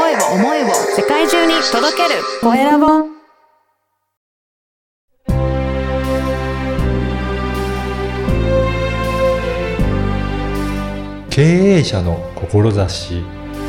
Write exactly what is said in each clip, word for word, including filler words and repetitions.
声を思いを世界中に届けるコエラボ。 経営者の志。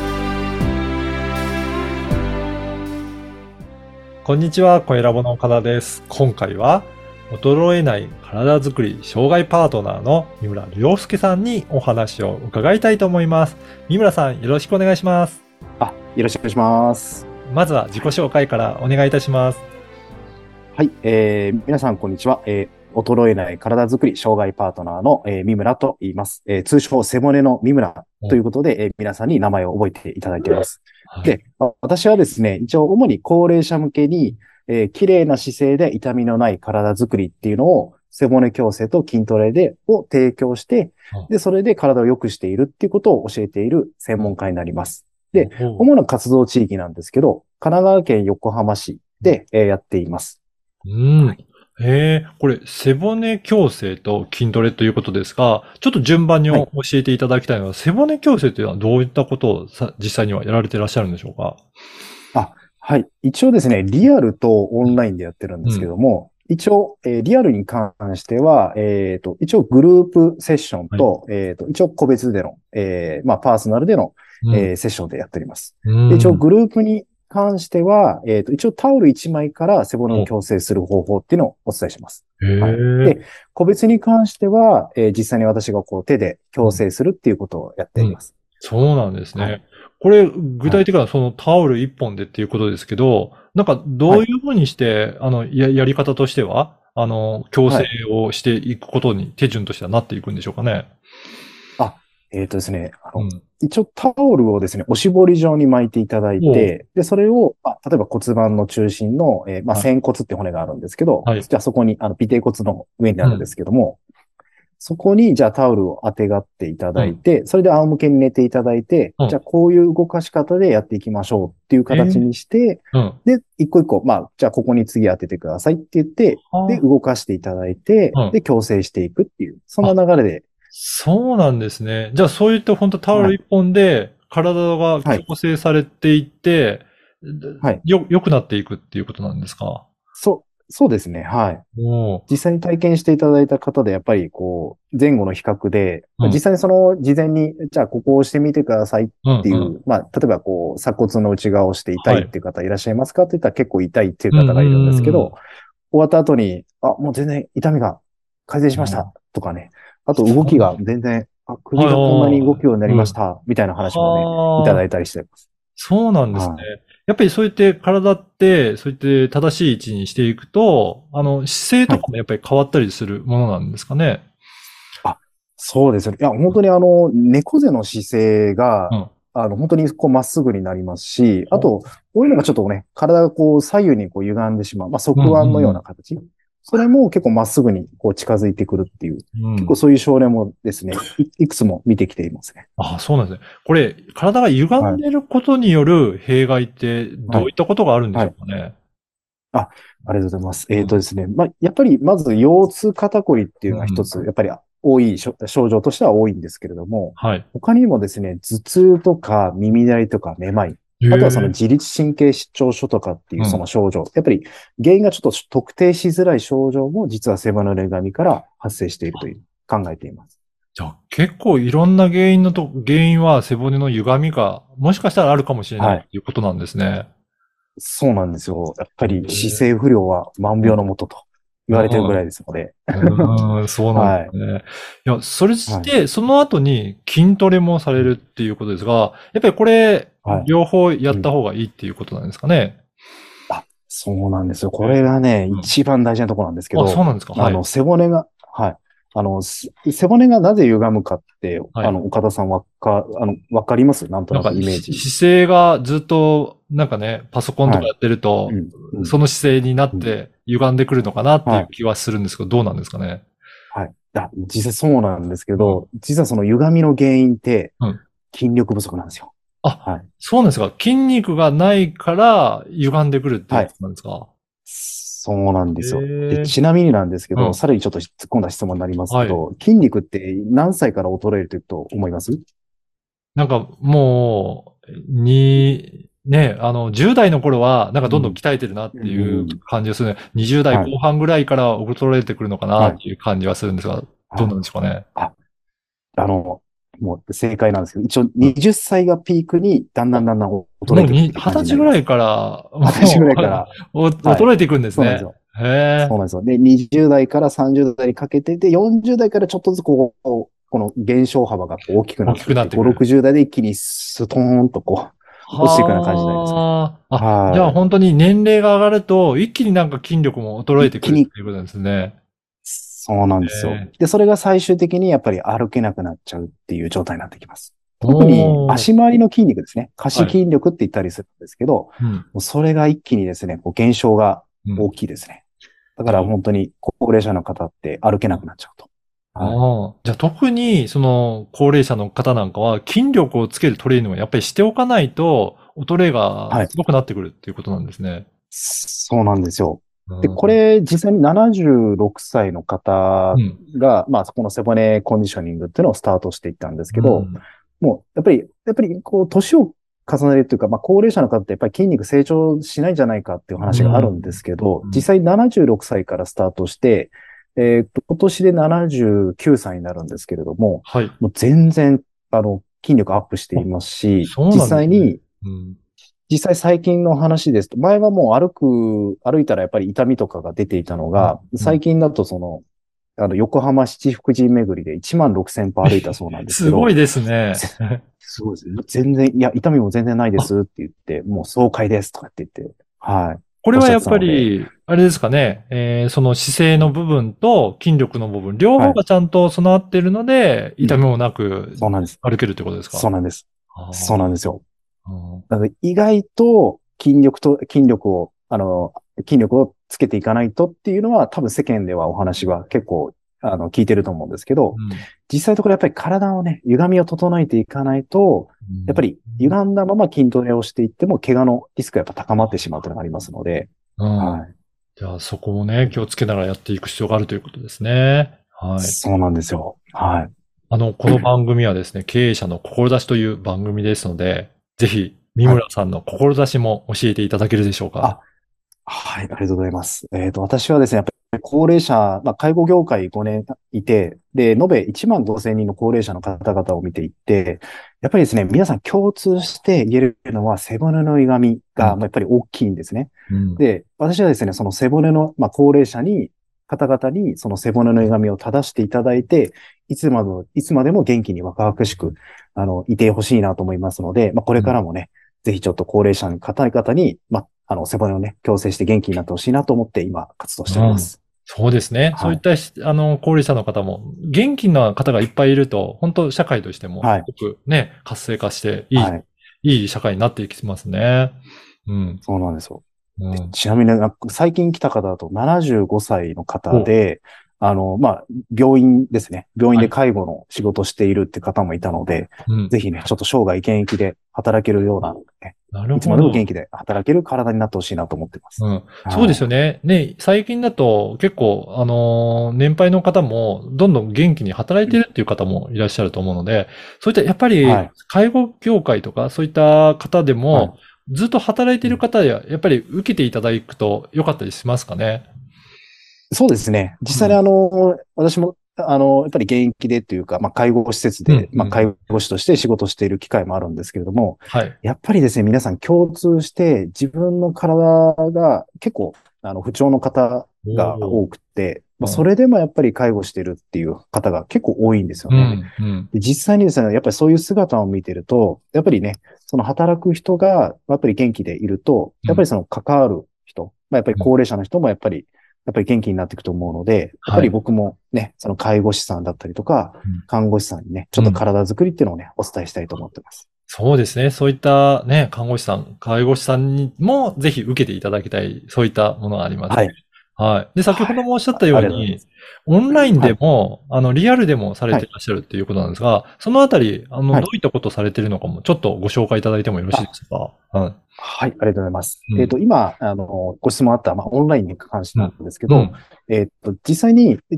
こんにちは、コエラボの岡田です。今回は衰えない体づくり障害パートナーの三村良介さんにお話を伺いたいと思います。三村さん、よろしくお願いします。 あ、よろしくお願いします。 まずは自己紹介からお願いいたします。 はい、えー、皆さんこんにちは。えー、衰えない体づくり障害パートナーの、えー、三村と言います。えー、通称背骨の三村ということで、えー、皆さんに名前を覚えていただいています。はい、で、私はですね、一応主に高齢者向けに、えー、綺麗な姿勢で痛みのない体づくりっていうのを背骨矯正と筋トレでを提供して、で、それで体を良くしているっていうことを教えている専門家になります。で、主な活動地域なんですけど、神奈川県横浜市で、えー、やっています。 うん。はい、へえ、これ、背骨矯正と筋トレということですが、ちょっと順番に教えていただきたいのは、はい、背骨矯正というのはどういったことをさ実際にはやられていらっしゃるんでしょうか？ あ、はい。一応ですね、リアルとオンラインでやってるんですけども、うん、一応、えー、リアルに関しては、えっと、一応グループセッションと、はい、えっと、一応個別での、えー、まあ、パーソナルでの、うん、えー、セッションでやっております。うん、で一応グループに関しては、えっと、一応タオルいちまいから背骨を矯正する方法っていうのをお伝えします。はい、で、個別に関しては、えー、実際に私がこう手で矯正するっていうことをやっています。 うんうん、そうなんですね。はい、これ、具体的にはそのタオルいっぽんでっていうことですけど、なんかどういうふうにして、はい、あのや、やり方としては、あの、矯正をしていくことに手順としてはなっていくんでしょうかね。 あ、えっとですね、あの、うん、一応タオルをですね、おしぼり状に巻いていただいて、で、それを、まあ、例えば骨盤の中心の、えー、まあ、仙骨って骨があるんですけど、はい、じゃあそこに、あの、尾てい骨の上になるんですけども、うん、そこに、じゃあタオルを当てがっていただいて、うん、それで仰向けに寝ていただいて、うん、じゃあこういう動かし方でやっていきましょうっていう形にして、えーうん、で、一個一個、まあ、じゃあここに次当ててくださいって言って、で、動かしていただいて、で、矯正していくっていう、そんな流れで。 そうなんですね。じゃあそういった本当タオル一本で体が矯正されていって、はい、よ、良くなっていくっていうことなんですか？ そう、そうですね。はい。実際に体験していただいた方で、やっぱりこう、前後の比較で、うん、実際にその事前に、じゃあここを押してみてくださいっていう、うんうん、まあ、例えばこう、鎖骨の内側を押して痛いっていう方いらっしゃいますかって言ったら結構痛いっていう方がいるんですけど、うんうんうん、終わった後に、あ、もう全然痛みが改善しましたとかね。あと動きが全然、あ、首がこんなに動くようになりました、みたいな話もね、いただいたりしてます。 そうなんですね。はい、やっぱりそうやって体って、そうやって正しい位置にしていくと、あの、姿勢とかもやっぱり変わったりするものなんですかね。はい、 あ、そうですね。いや、本当にあの、猫背の姿勢が、うん、あの、本当にこうまっすぐになりますし、あと、こういうのがちょっとね、体がこう左右にこう歪んでしまう、まあ、側腕のような形。うんうんうん、それも結構まっすぐにこう近づいてくるっていう、うん、結構そういう症例もですねい、いくつも見てきていますね。 ああ、そうなんですね。これ、体が歪んでることによる弊害ってどういったことがあるんでしょうかね。はいはい、 あ、ありがとうございます。えっとですね、まあ、やっぱりまず腰痛肩こりっていうのは一つ、やっぱり多い症状としては多いんですけれども、はい、他にもですね、頭痛とか耳鳴りとかめまい、あとはその自律神経失調症とかっていうその症状、うん、やっぱり原因がちょっと特定しづらい症状も実は背骨の歪みから発生しているという考えています。 じゃあ結構いろんな原因のと、原因は背骨の歪みがもしかしたらあるかもしれない、はい、ということなんですね。 そうなんですよ。やっぱり姿勢不良は万病のもとと言われてるぐらいですので。 うん、そうなんですね。はい、いや、それして、はい、その後に筋トレもされるっていうことですが、やっぱりこれ、はい、両方やった方がいいっていうことなんですかね。 うん、あ、そうなんですよ。これがね、うん、一番大事なところなんですけど。 あ、そうなんですか。はい、 あの、背骨が、はい。あの、背骨がなぜ歪むかって、はい、あの、岡田さんわか、あの、わかります？なんとなくイメージ。 姿勢がずっと、なんかね、パソコンとかやってると、はいうんうん、その姿勢になって歪んでくるのかなっていう気はするんですけど、はい、どうなんですかね。 はい。あ、実際そうなんですけど、うん、実はその歪みの原因って、筋力不足なんですよ。 うん、あ、はい、そうなんですか。筋肉がないから歪んでくるっていうことなんですか。はい、 そうなんですよ。で、ちなみになんですけど、うん、さらにちょっと突っ込んだ質問になりますけど、はい、筋肉って何歳から衰えると思います？ なんかもう、に、 ね、あの、じゅう代の頃は、なんかどんどん鍛えてるなっていう感じがするね。にじゅう代後半ぐらいから衰えてくるのかなっていう感じはするんですが、どうなんでしょうかね。 あ、あの、もう正解なんですけど、一応にじゅっさいがピークにだんだんだんだん衰えてくるっていうはた感じになります。 ちぐらいから、 はたちぐらいから、 お衰えていくんですね。 そうなんですよ。 へそうなんですよ。で、にじゅう代からさんじゅう代にかけて、で、よんじゅう代からちょっとずつこう、この減少幅が大きくなっていって、 大きくなってくる。 ご、ろくじゅう代で一気にストーンとこう、落ちていくような感じになりますね。 ああ、じゃあ本当に年齢が上がると、一気になんか筋力も衰えてくるっていうことですね。 そうなんですよ。で、それが最終的にやっぱり歩けなくなっちゃうっていう状態になってきます。特に足回りの筋肉ですね。下肢筋力って言ったりするんですけど、はい、もうそれが一気にですね、こう減少が大きいですね。うん、だから本当に高齢者の方って歩けなくなっちゃうと。 はい、あじゃあ特にその高齢者の方なんかは筋力をつけるトレーニングをやっぱりしておかないと衰えがすごくなってくるっていうことなんですね。はい、 そうなんですよ。で、これ、実際にななじゅうろくさいの方が、うん、まあ、この背骨コンディショニングっていうのをスタートしていったんですけど、うん、もう、やっぱり、やっぱり、こう、年を重ねるというか、まあ、高齢者の方ってやっぱり筋肉成長しないんじゃないかっていう話があるんですけど、うん、実際ななじゅうろくさいからスタートして、えー、今年でななじゅうきゅうさいになるんですけれども、はい、もう全然、あの、筋力アップしていますし、すね、実際に、うん実際最近の話ですと、前はもう歩く、歩いたらやっぱり痛みとかが出ていたのが、うん、最近だとその、あの、横浜七福神巡りでいちまんろくせん歩歩いたそうなんですけど。 すごいですね。 すごいですね。全然、いや、痛みも全然ないですって言って、もう爽快ですとかって言って、はい。 これはやっぱり、あれですかね、えー、その姿勢の部分と筋力の部分、両方がちゃんと備わっているので、はい、痛みもなく、そうなんです。歩けるってことですか？ そうなんです。そうなんですよ。なので意外と筋力と、筋力を、あの、筋力をつけていかないとっていうのは多分世間ではお話は結構、あの、聞いてると思うんですけど、うん、実際のところやっぱり体をね、歪みを整えていかないと、うん、やっぱり歪んだまま筋トレをしていっても怪我のリスクがやっぱ高まってしまうというのがありますので、うん、 はい。じゃあそこもね、気をつけながらやっていく必要があるということですね。はい。 そうなんですよ。はい。 あの、この番組はですね、経営者の志という番組ですので、ぜひ、三村さんの志も教えていただけるでしょうか？ あ、はい、ありがとうございます。えっと、私はですね、やっぱり高齢者、まあ、介護業界ごねんいて、で、延べいちまんごせんにんの高齢者の方々を見ていって、やっぱりですね、皆さん共通して言えるのは背骨の歪みがやっぱり大きいんですね。うん、で、私はですね、その背骨の、まあ、高齢者に、方々にその背骨の歪みを正していただいて、いつまでも、いつまでも元気に若々しく、あの、いてほしいなと思いますので、まあ、これからもね、うん、ぜひちょっと高齢者の方々に、まあ、あの、背骨をね、矯正して元気になってほしいなと思って今活動しております。 うん、そうですね。はい、そういった、あの、高齢者の方も、元気な方がいっぱいいると、本当社会としても、すごくね、はい、活性化して、いい、はい、いい社会になっていきますね。うん。 そうなんですよ。うん、ちなみに、最近来た方だとななじゅうごさいの方で、あの、まあ、病院ですね。病院で介護の仕事をしているって方もいたので、はい、ぜひね、ちょっと生涯現役で働けるような、ね、なるほど。いつまでも元気で働ける体になってほしいなと思ってます。 うん。そうですよね。ね、最近だと結構、あのー、年配の方もどんどん元気に働いてるっていう方もいらっしゃると思うので、そういったやっぱり介護業界とかそういった方でも、はい、ずっと働いている方や、やっぱり受けていただくと良かったりしますかね？ そうですね。実際にあの、うん、私も、あの、やっぱり現役でというか、まあ、介護施設で、うんうん、まあ、介護士として仕事している機会もあるんですけれども、はい。やっぱりですね、皆さん共通して自分の体が結構、あの、不調の方が多くて、まあ、それでもやっぱり介護してるっていう方が結構多いんですよね。うんうん、で実際にですね、やっぱりそういう姿を見てると、やっぱりね、その働く人がやっぱり元気でいると、やっぱりその関わる人、まあ、やっぱり高齢者の人もやっぱり、やっぱり元気になっていくと思うので、やっぱり僕もね、その介護士さんだったりとか、看護師さんにね、ちょっと体作りっていうのをね、お伝えしたいと思ってます。 そうですね。そういったね、看護師さん、介護士さんにもぜひ受けていただきたい、そういったものがあります、ね。はい。はい。で、先ほどもおっしゃったように、はい、オンラインでも、はい、あの、リアルでもされていらっしゃるっていうことなんですが、はい、そのあたり、あの、はい、どういったことをされているのかも、ちょっとご紹介いただいてもよろしいですか？はい。 はい、ありがとうございます。うん、えっと、今、あの、ご質問あった、まあ、オンラインに関してなんですけど、うんうん、えっと、実際に、一応、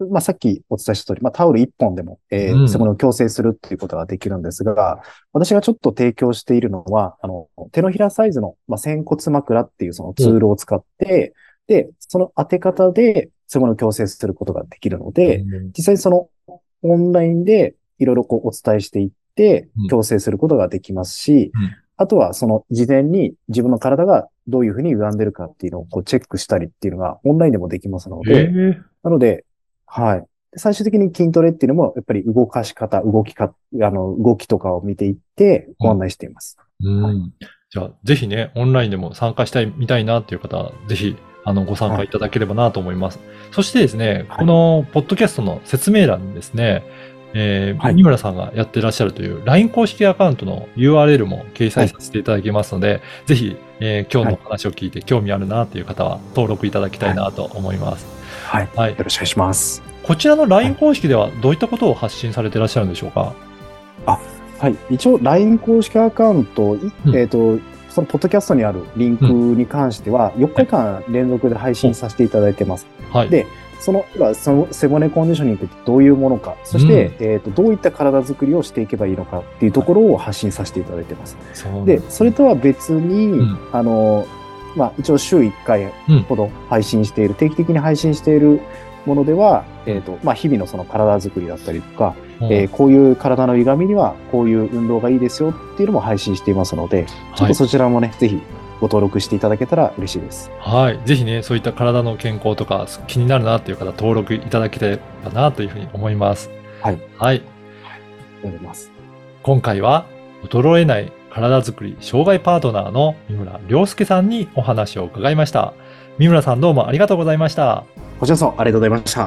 まあ、さっきお伝えした通り、まあ、タオル一本でも、えーうん背骨を矯正するっていうことができるんですが、私がちょっと提供しているのは、あの、手のひらサイズの、まあ、仙骨枕っていうそのツールを使って、で、その当て方で背骨を矯正することができるので、 うん実際にそのオンラインでいろいろこうお伝えしていってうん、 矯正することができますし、 うんあとはその事前に自分の体がどういうふうに歪んでるかっていうのをこうチェックしたりっていうのがオンラインでもできますのえで、 ーなので、はい。で最終的に筋トレっていうのも、やっぱり動かし方、動きか、あの、動きとかを見ていってご案内しています。 うん。じゃあ、ぜひね、オンラインでも参加したい、みたいなっていう方は、ぜひ、あの、ご参加いただければなと思います。そしてですね、 はいこの、ポッドキャストの説明欄にですね、えーはい三村さんがやってらっしゃるという ライン 公式アカウントの ユーアールエル も掲載させていただきますので、ぜひ、えー今日のお話を聞いて興味あるなという方は登録いただきたいなと思います。 はい。 はい。 よろしくお願いします。 こちらの ラインはい公式ではどういったことを発信されていらっしゃるんでしょうか？ はい。一応、ライン 公式アカウント、いうんえっ、と、そのポッドキャストにあるリンクに関しては、よっかかん連続で配信させていただいてます。 はい。 で、その、その背骨コンディショニングってどういうものか、そして、えっ、と、どういった体作りをしていけばいいのかっていうところを発信させていただいてます。で、 そうなんすそれとは別に、 んあの、まあ、一応週いっかいほど配信している、定期的に配信しているものでは、えっ、と、まあ、日々のその体作りだったりとか、 うんえーこういう体の歪みにはこういう運動がいいですよっていうのも配信していますので、ちょっとそちらもね、ぜひご登録していただけたら嬉しいです。 はい。ぜひね、そういった体の健康とか気になるなっていう方、登録いただければなというふうに思います。 はい。 はい。 思います。 今回は、衰えない体づくり障害パートナーの三村良介さんにお話を伺いました。三村さんどうもありがとうございました。 こちらこそありがとうございました。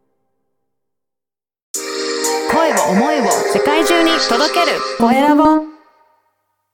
声を思いを世界中に届けるコエラボ。